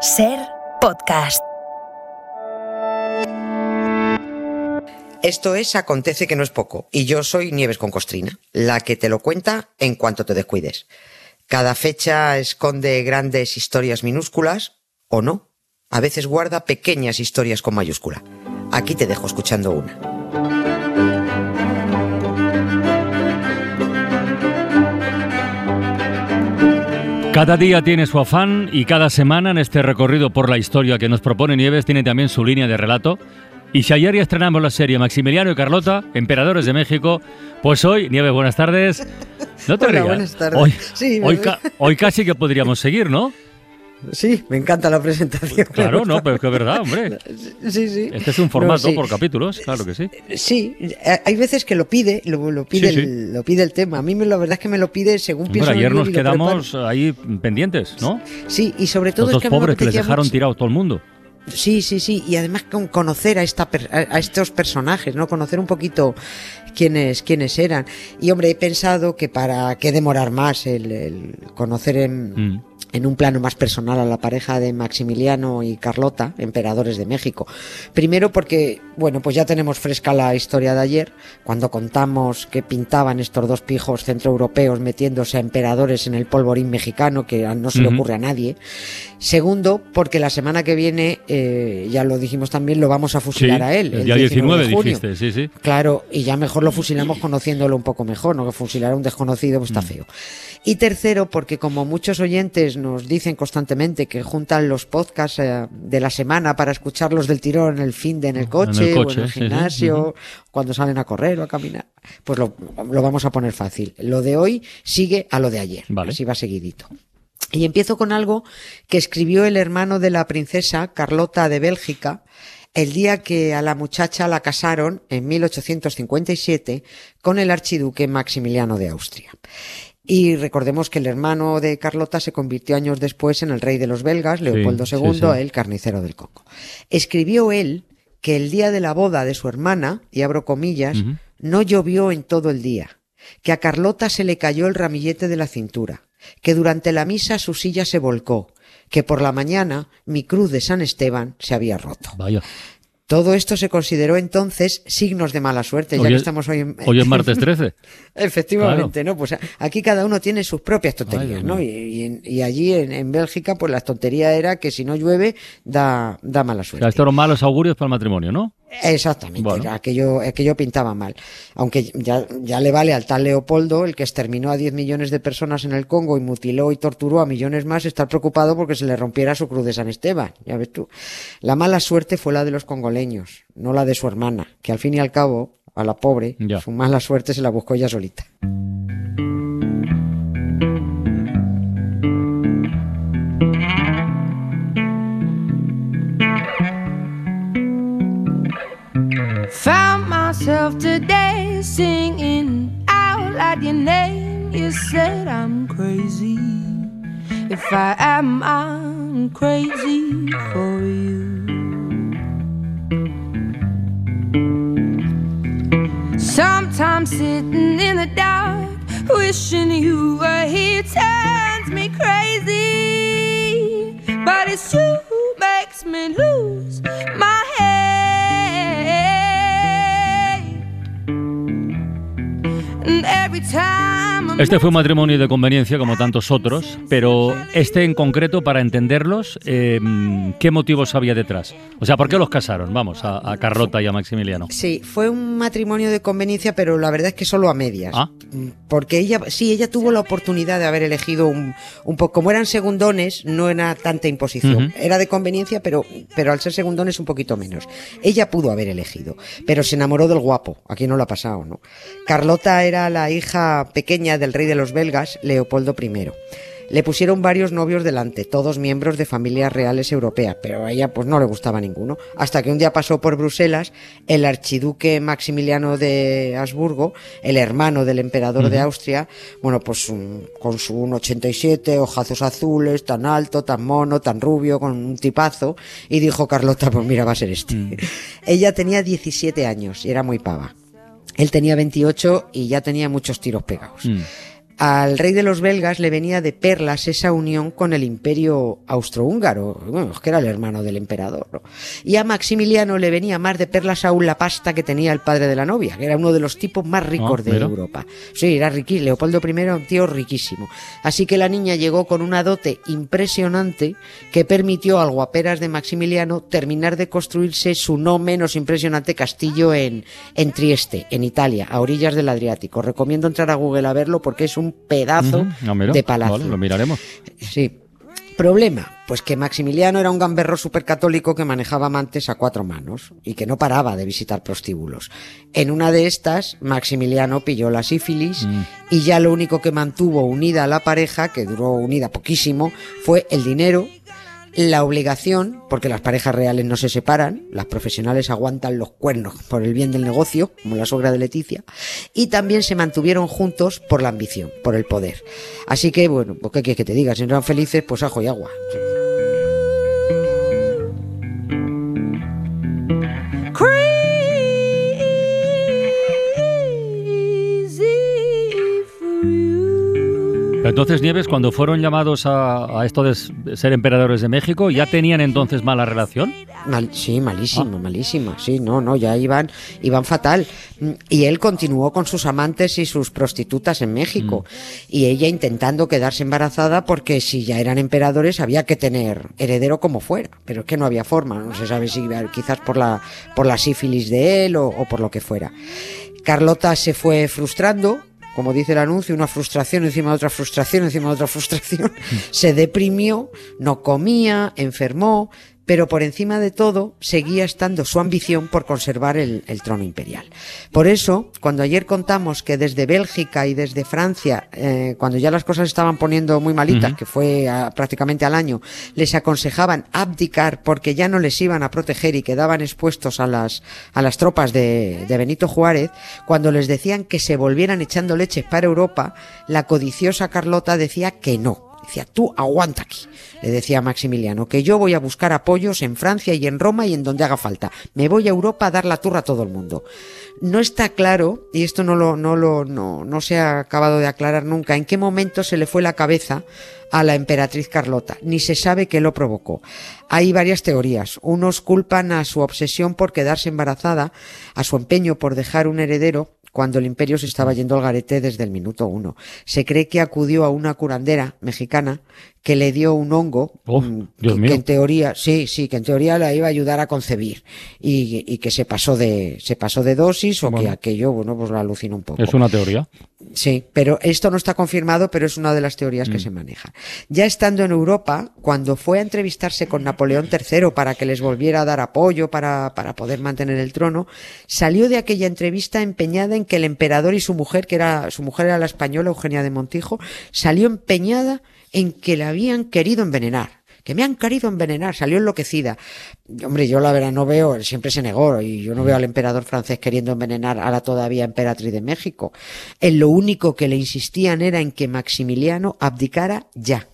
Ser Podcast. Esto es Acontece que no es poco, y yo soy Nieves con Costrina, la que te lo cuenta en cuanto te descuides. Cada fecha esconde grandes historias minúsculas, o no, a veces guarda pequeñas historias con mayúscula. Aquí te dejo escuchando una. Cada día tiene su afán y cada semana en este recorrido por la historia que nos propone Nieves tiene también su línea de relato. Y si ayer ya estrenamos la serie Maximiliano y Carlota, Emperadores de México, pues hoy, Nieves, buenas tardes. No te rías. Buenas tardes. Hoy casi que podríamos seguir, ¿no? Sí, me encanta la presentación. Claro, no, pero es que es verdad, hombre. Sí. Este es un formato por capítulos, claro que sí. Sí, hay veces que lo pide el tema. A mí la verdad es que me lo pide según pienso. Ayer nos quedamos ahí pendientes, ¿no? Sí, y sobre todo los es que dos pobres que les dejaron tirados todo el mundo. Sí, y además conocer a estos personajes, ¿no? Conocer un poquito quiénes eran. Y hombre, he pensado que para qué demorar más el conocer en un plano más personal a la pareja de Maximiliano y Carlota, Emperadores de México. Primero porque, bueno, pues ya tenemos fresca la historia de ayer, cuando contamos que pintaban estos dos pijos centroeuropeos metiéndose a emperadores en el polvorín mexicano, que no se le ocurre a nadie. Segundo, porque la semana que viene, ya lo dijimos también, lo vamos a fusilar a él. El día 19 dijiste, sí. Claro, y ya mejor lo fusilamos conociéndolo un poco mejor, ¿no? Que fusilar a un desconocido pues está feo. Y tercero, porque como muchos oyentes nos dicen constantemente que juntan los podcasts de la semana para escucharlos del tirón en el finde, en el coche o en el gimnasio, cuando salen a correr o a caminar, pues lo vamos a poner fácil. Lo de hoy sigue a lo de ayer, vale. Así va seguidito. Y empiezo con algo que escribió el hermano de la princesa, Carlota de Bélgica, el día que a la muchacha la casaron en 1857 con el archiduque Maximiliano de Austria. Y recordemos que el hermano de Carlota se convirtió años después en el rey de los belgas, Leopoldo II, el carnicero del Congo. Escribió él que el día de la boda de su hermana, y abro comillas, no llovió en todo el día, que a Carlota se le cayó el ramillete de la cintura, que durante la misa su silla se volcó, que por la mañana mi cruz de San Esteban se había roto. Vaya. Todo esto se consideró entonces signos de mala suerte, ya que estamos hoy en... Hoy es martes 13. Efectivamente, claro. ¿No? Pues aquí cada uno tiene sus propias tonterías, ¿no? Y allí en Bélgica, pues la tontería era que si no llueve, da mala suerte. O sea, estos eran malos augurios para el matrimonio, ¿no? Exactamente, bueno. aquello pintaba mal. Aunque ya le vale al tal Leopoldo, el que exterminó a 10 millones de personas en el Congo y mutiló y torturó a millones más, estar preocupado porque se le rompiera su cruz de San Esteban. Ya ves tú. La mala suerte fue la de los congoleños, no la de su hermana, que al fin y al cabo, a la pobre, su mala suerte se la buscó ella solita. Found myself today singing out loud your name. You said I'm crazy. If I am, I'm crazy for you. Sometimes sitting in the dark, wishing you were here turns me crazy. But it's you who makes me lose my head. Este fue un matrimonio de conveniencia como tantos otros, pero este en concreto, para entenderlos, ¿qué motivos había detrás? O sea, ¿por qué los casaron? Vamos, a Carlota y a Maximiliano. Sí, fue un matrimonio de conveniencia, pero la verdad es que solo a medias. Porque ella tuvo la oportunidad de haber elegido un poco, como eran segundones, no era tanta imposición. Era de conveniencia, pero al ser segundones un poquito menos. Ella pudo haber elegido, pero se enamoró del guapo. Aquí no lo ha pasado, ¿no? Carlota era la hija pequeña del rey de los belgas, Leopoldo I. Le pusieron varios novios delante, todos miembros de familias reales europeas, pero a ella pues no le gustaba ninguno, hasta que un día pasó por Bruselas el archiduque Maximiliano de Habsburgo, el hermano del emperador de Austria, bueno, pues con su 1,87, ojazos azules, tan alto, tan mono, tan rubio, con un tipazo, y dijo Carlota, pues mira, va a ser este. Ella tenía 17 años y era muy pava. Él tenía 28 y ya tenía muchos tiros pegados. Al rey de los belgas le venía de perlas esa unión con el imperio austrohúngaro, bueno, es que era el hermano del emperador, ¿no? Y a Maximiliano le venía más de perlas aún la pasta que tenía el padre de la novia, que era uno de los tipos más ricos de Europa. Sí, era riquísimo, Leopoldo I era un tío riquísimo. Así que la niña llegó con una dote impresionante que permitió al guaperas de Maximiliano terminar de construirse su no menos impresionante castillo en Trieste, en Italia, a orillas del Adriático. Recomiendo entrar a Google a verlo porque es un pedazo de palacio. Vale, lo miraremos. Sí. Problema, pues que Maximiliano era un gamberro supercatólico que manejaba amantes a 4 manos y que no paraba de visitar prostíbulos. En una de estas, Maximiliano pilló la sífilis y ya lo único que mantuvo unida a la pareja, que duró unida poquísimo, fue el dinero, la obligación, porque las parejas reales no se separan, las profesionales aguantan los cuernos por el bien del negocio, como la suegra de Leticia, y también se mantuvieron juntos por la ambición, por el poder. Así que, bueno, pues ¿qué quieres que te diga? Si no eran felices, pues ajo y agua. Entonces, Nieves, cuando fueron llamados a esto de ser emperadores de México, ¿ya tenían entonces mala relación? Sí, malísima. Sí, no, ya iban fatal. Y él continuó con sus amantes y sus prostitutas en México. Y ella intentando quedarse embarazada porque si ya eran emperadores había que tener heredero como fuera. Pero es que no había forma. No se sabe si quizás por la sífilis de él o por lo que fuera. Carlota se fue frustrando. Como dice el anuncio, una frustración encima de otra frustración, encima de otra frustración. Se deprimió, no comía, enfermó, pero por encima de todo seguía estando su ambición por conservar el trono imperial. Por eso, cuando ayer contamos que desde Bélgica y desde Francia, cuando ya las cosas estaban poniendo muy malitas, que fue prácticamente al año, les aconsejaban abdicar porque ya no les iban a proteger y quedaban expuestos a las tropas de Benito Juárez, cuando les decían que se volvieran echando leches para Europa, la codiciosa Carlota decía que no. Decía, tú aguanta aquí, le decía a Maximiliano, que yo voy a buscar apoyos en Francia y en Roma y en donde haga falta. Me voy a Europa a dar la turra a todo el mundo. No está claro, y esto no se ha acabado de aclarar nunca, en qué momento se le fue la cabeza a la emperatriz Carlota, ni se sabe qué lo provocó. Hay varias teorías. Unos culpan a su obsesión por quedarse embarazada, a su empeño por dejar un heredero, cuando el imperio se estaba yendo al garete desde el minuto 1. Se cree que acudió a una curandera mexicana que le dio un hongo que en teoría, que en teoría la iba a ayudar a concebir y que se pasó de dosis o que aquello, pues la alucinó un poco. ¿Es una teoría? Sí, pero esto no está confirmado, pero es una de las teorías que se maneja. Ya estando en Europa, cuando fue a entrevistarse con Napoleón III para que les volviera a dar apoyo para poder mantener el trono, salió de aquella entrevista empeñada en que el emperador y su mujer era la española Eugenia de Montijo, salió empeñada en que la habían querido envenenar. Que me han querido envenenar, salió enloquecida. Hombre, yo la verdad no veo, siempre se negó, y yo no veo al emperador francés queriendo envenenar a la todavía emperatriz de México. En lo único que le insistían era en que Maximiliano abdicara ya.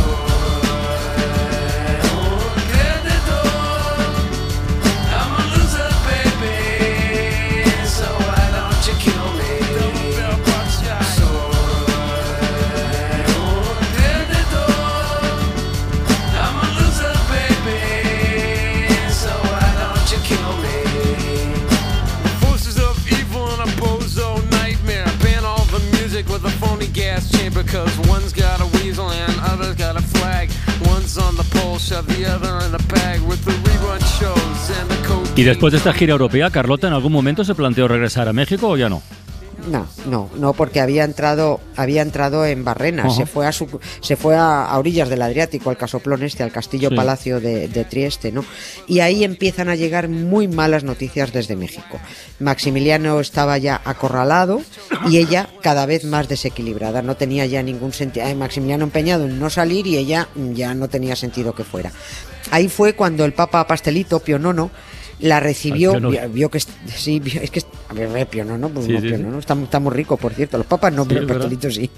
¿Y después de esta gira europea, Carlota en algún momento se planteó regresar a México o ya no? No, porque había entrado en Barrena, se fue a orillas del Adriático, al casoplón al castillo palacio de Trieste, ¿no? Y ahí empiezan a llegar muy malas noticias desde México. Maximiliano estaba ya acorralado y ella cada vez más desequilibrada, no tenía ya ningún sentido. Maximiliano empeñado en no salir y ella ya no tenía sentido que fuera. Ahí fue cuando el Papa Pastelito, Pío IX, la recibió, Pío no. vio que sí, es que a ver, Pío no, pues Sí, no, sí, Pío sí. no, está muy rico, por cierto, los papas no, Sí, pero es el verdad. pastelito sí.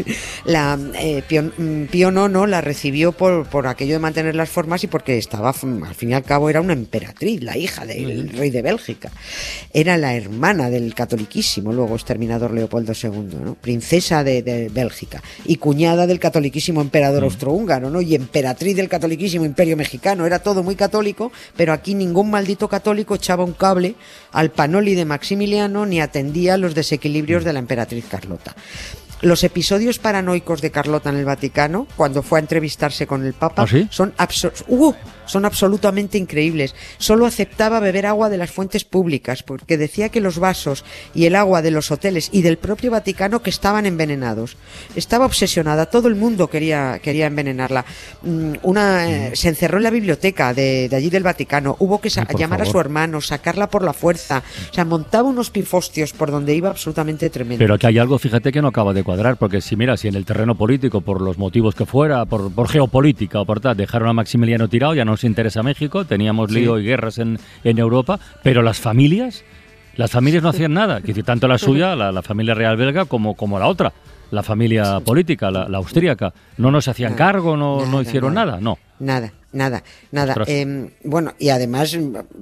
Pío no la recibió por aquello de mantener las formas y porque estaba, al fin y al cabo, era una emperatriz, la hija del rey de Bélgica. Era la hermana del catoliquísimo, luego exterminador Leopoldo II, ¿no? Princesa de Bélgica y cuñada del catoliquísimo emperador austrohúngaro, ¿no? Y emperatriz del catoliquísimo imperio mexicano. Era todo muy católico, pero aquí ningún maldito católico echaba un cable al panoli de Maximiliano ni atendía los desequilibrios de la emperatriz Carlota. Los episodios paranoicos de Carlota en el Vaticano, cuando fue a entrevistarse con el Papa, ¿Ah, sí? son absolutamente increíbles. Solo aceptaba beber agua de las fuentes públicas, porque decía que los vasos y el agua de los hoteles y del propio Vaticano que estaban envenenados. Estaba obsesionada, todo el mundo quería envenenarla. Se encerró en la biblioteca de allí del Vaticano, hubo que por llamar a favor. su hermano, sacarla por la fuerza. O sea, montaba unos pifostios por donde iba absolutamente tremendo. Pero que hay algo, fíjate, que no acaba de cuadrar, porque si mira, si en el terreno político, por los motivos que fuera, por geopolítica o por tal, dejaron a Maximiliano tirado, ya no nos interesa México, teníamos lío y guerras en Europa, pero las familias no hacían nada, que tanto la suya, la familia real belga, como la otra, la familia política, la austríaca, no nos hacían cargo, no hicieron nada, no. Nada. Ostras. Bueno, y además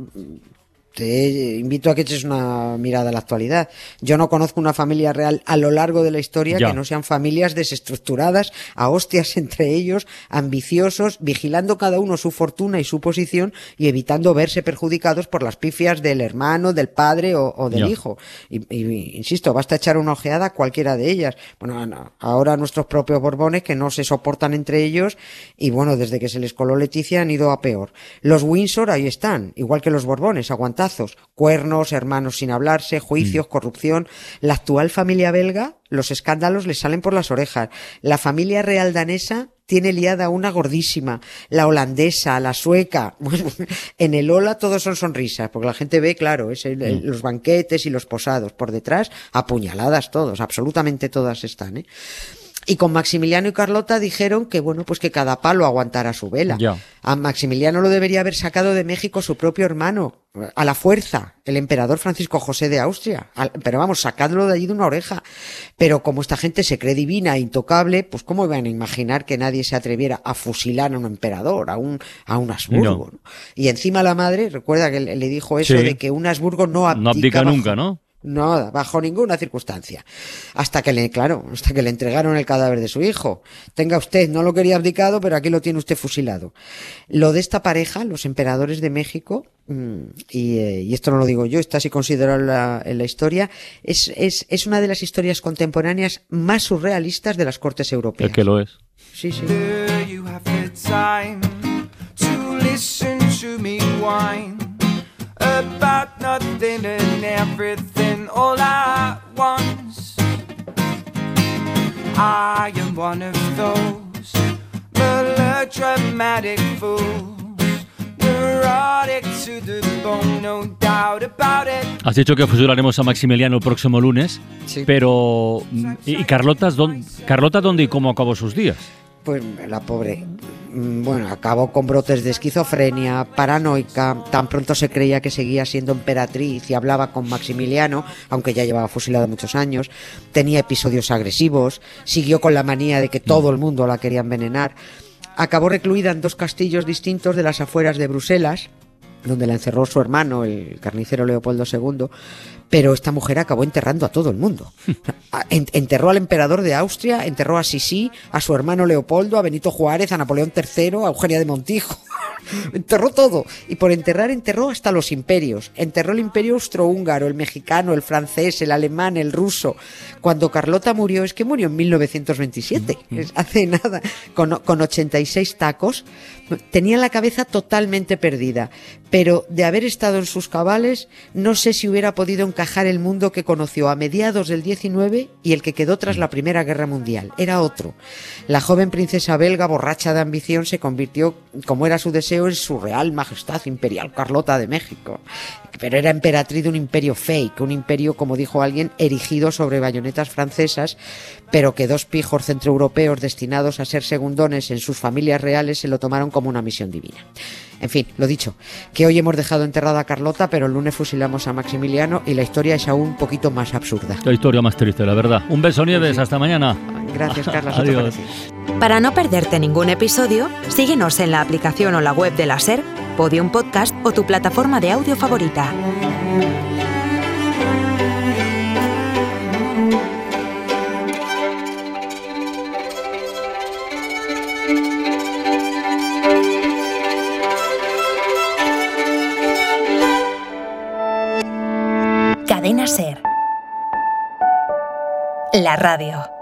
te invito a que eches una mirada a la actualidad. Yo no conozco una familia real a lo largo de la historia Ya. que no sean familias desestructuradas, a hostias entre ellos, ambiciosos, vigilando cada uno su fortuna y su posición y evitando verse perjudicados por las pifias del hermano, del padre o del Ya. hijo. Y insisto, basta echar una ojeada a cualquiera de ellas. Bueno, ahora nuestros propios Borbones que no se soportan entre ellos y bueno, desde que se les coló Leticia han ido a peor. Los Windsor ahí están, igual que los Borbones, aguantazos, cuernos, hermanos sin hablarse, juicios, corrupción. La actual familia belga, los escándalos les salen por las orejas. La familia real danesa tiene liada una gordísima, la holandesa, la sueca. Bueno, en el Ola todos son sonrisas, porque la gente ve, claro, los banquetes y los posados. Por detrás, apuñaladas todos, absolutamente todas están, ¿eh? Y con Maximiliano y Carlota dijeron que, bueno, pues que cada palo aguantara su vela. Ya. A Maximiliano lo debería haber sacado de México su propio hermano, a la fuerza, el emperador Francisco José de Austria. Pero vamos, sacadlo de allí de una oreja. Pero como esta gente se cree divina e intocable, pues cómo iban a imaginar que nadie se atreviera a fusilar a un emperador, a un Habsburgo, ¿no? Y encima la madre, recuerda que le dijo eso Sí. de que un Habsburgo no abdica bajo- nunca, ¿no? No, bajo ninguna circunstancia. Hasta que le entregaron el cadáver de su hijo. Tenga usted, no lo quería abdicado, pero aquí lo tiene usted fusilado. Lo de esta pareja, los emperadores de México, y esto no lo digo yo, está así considerado en la historia, es una de las historias contemporáneas más surrealistas de las cortes europeas. Es que lo es. Sí, sí. Do you have the time to listen to me whine about nothing and everything all at once? I am one of those melodramatic fools, neurotic to the bone, no doubt about it. Has dicho que fusilaremos a Maximiliano el próximo lunes, Sí. pero ¿y Carlota dónde y cómo acabó sus días? Pues la pobre, bueno, acabó con brotes de esquizofrenia, paranoica, tan pronto se creía que seguía siendo emperatriz y hablaba con Maximiliano, aunque ya llevaba fusilado muchos años, tenía episodios agresivos, siguió con la manía de que todo el mundo la quería envenenar, acabó recluida en 2 castillos distintos de las afueras de Bruselas, donde la encerró su hermano, el carnicero Leopoldo II, pero esta mujer acabó enterrando a todo el mundo. Enterró al emperador de Austria, enterró a Sisi, a su hermano Leopoldo, a Benito Juárez, a Napoleón III, a Eugenia de Montijo. Enterró todo. Y por enterrar, enterró hasta los imperios. Enterró el imperio austrohúngaro, el mexicano, el francés, el alemán, el ruso. Cuando Carlota murió, es que murió en 1927, hace nada, con 86 tacos. Tenía la cabeza totalmente perdida, pero de haber estado en sus cabales, no sé si hubiera podido encajar el mundo que conoció a mediados del 19 y el que quedó tras la Primera Guerra Mundial. Era otro. La joven princesa belga, borracha de ambición, se convirtió como era su deseo, en su Real Majestad Imperial Carlota de México. Pero era emperatriz de un imperio fake, un imperio, como dijo alguien, erigido sobre bayonetas francesas, pero que 2 pijos centroeuropeos destinados a ser segundones en sus familias reales se lo tomaron como una misión divina. En fin, lo dicho, que hoy hemos dejado enterrada a Carlota, pero el lunes fusilamos a Maximiliano y la historia es aún un poquito más absurda. La historia más triste, la verdad. Un beso, Nieves, Sí. hasta mañana. Gracias, Carla. Adiós. Para no perderte ningún episodio, síguenos en la aplicación o la web de la SER, Podium Podcast o tu plataforma de audio favorita. Cadena SER. La radio.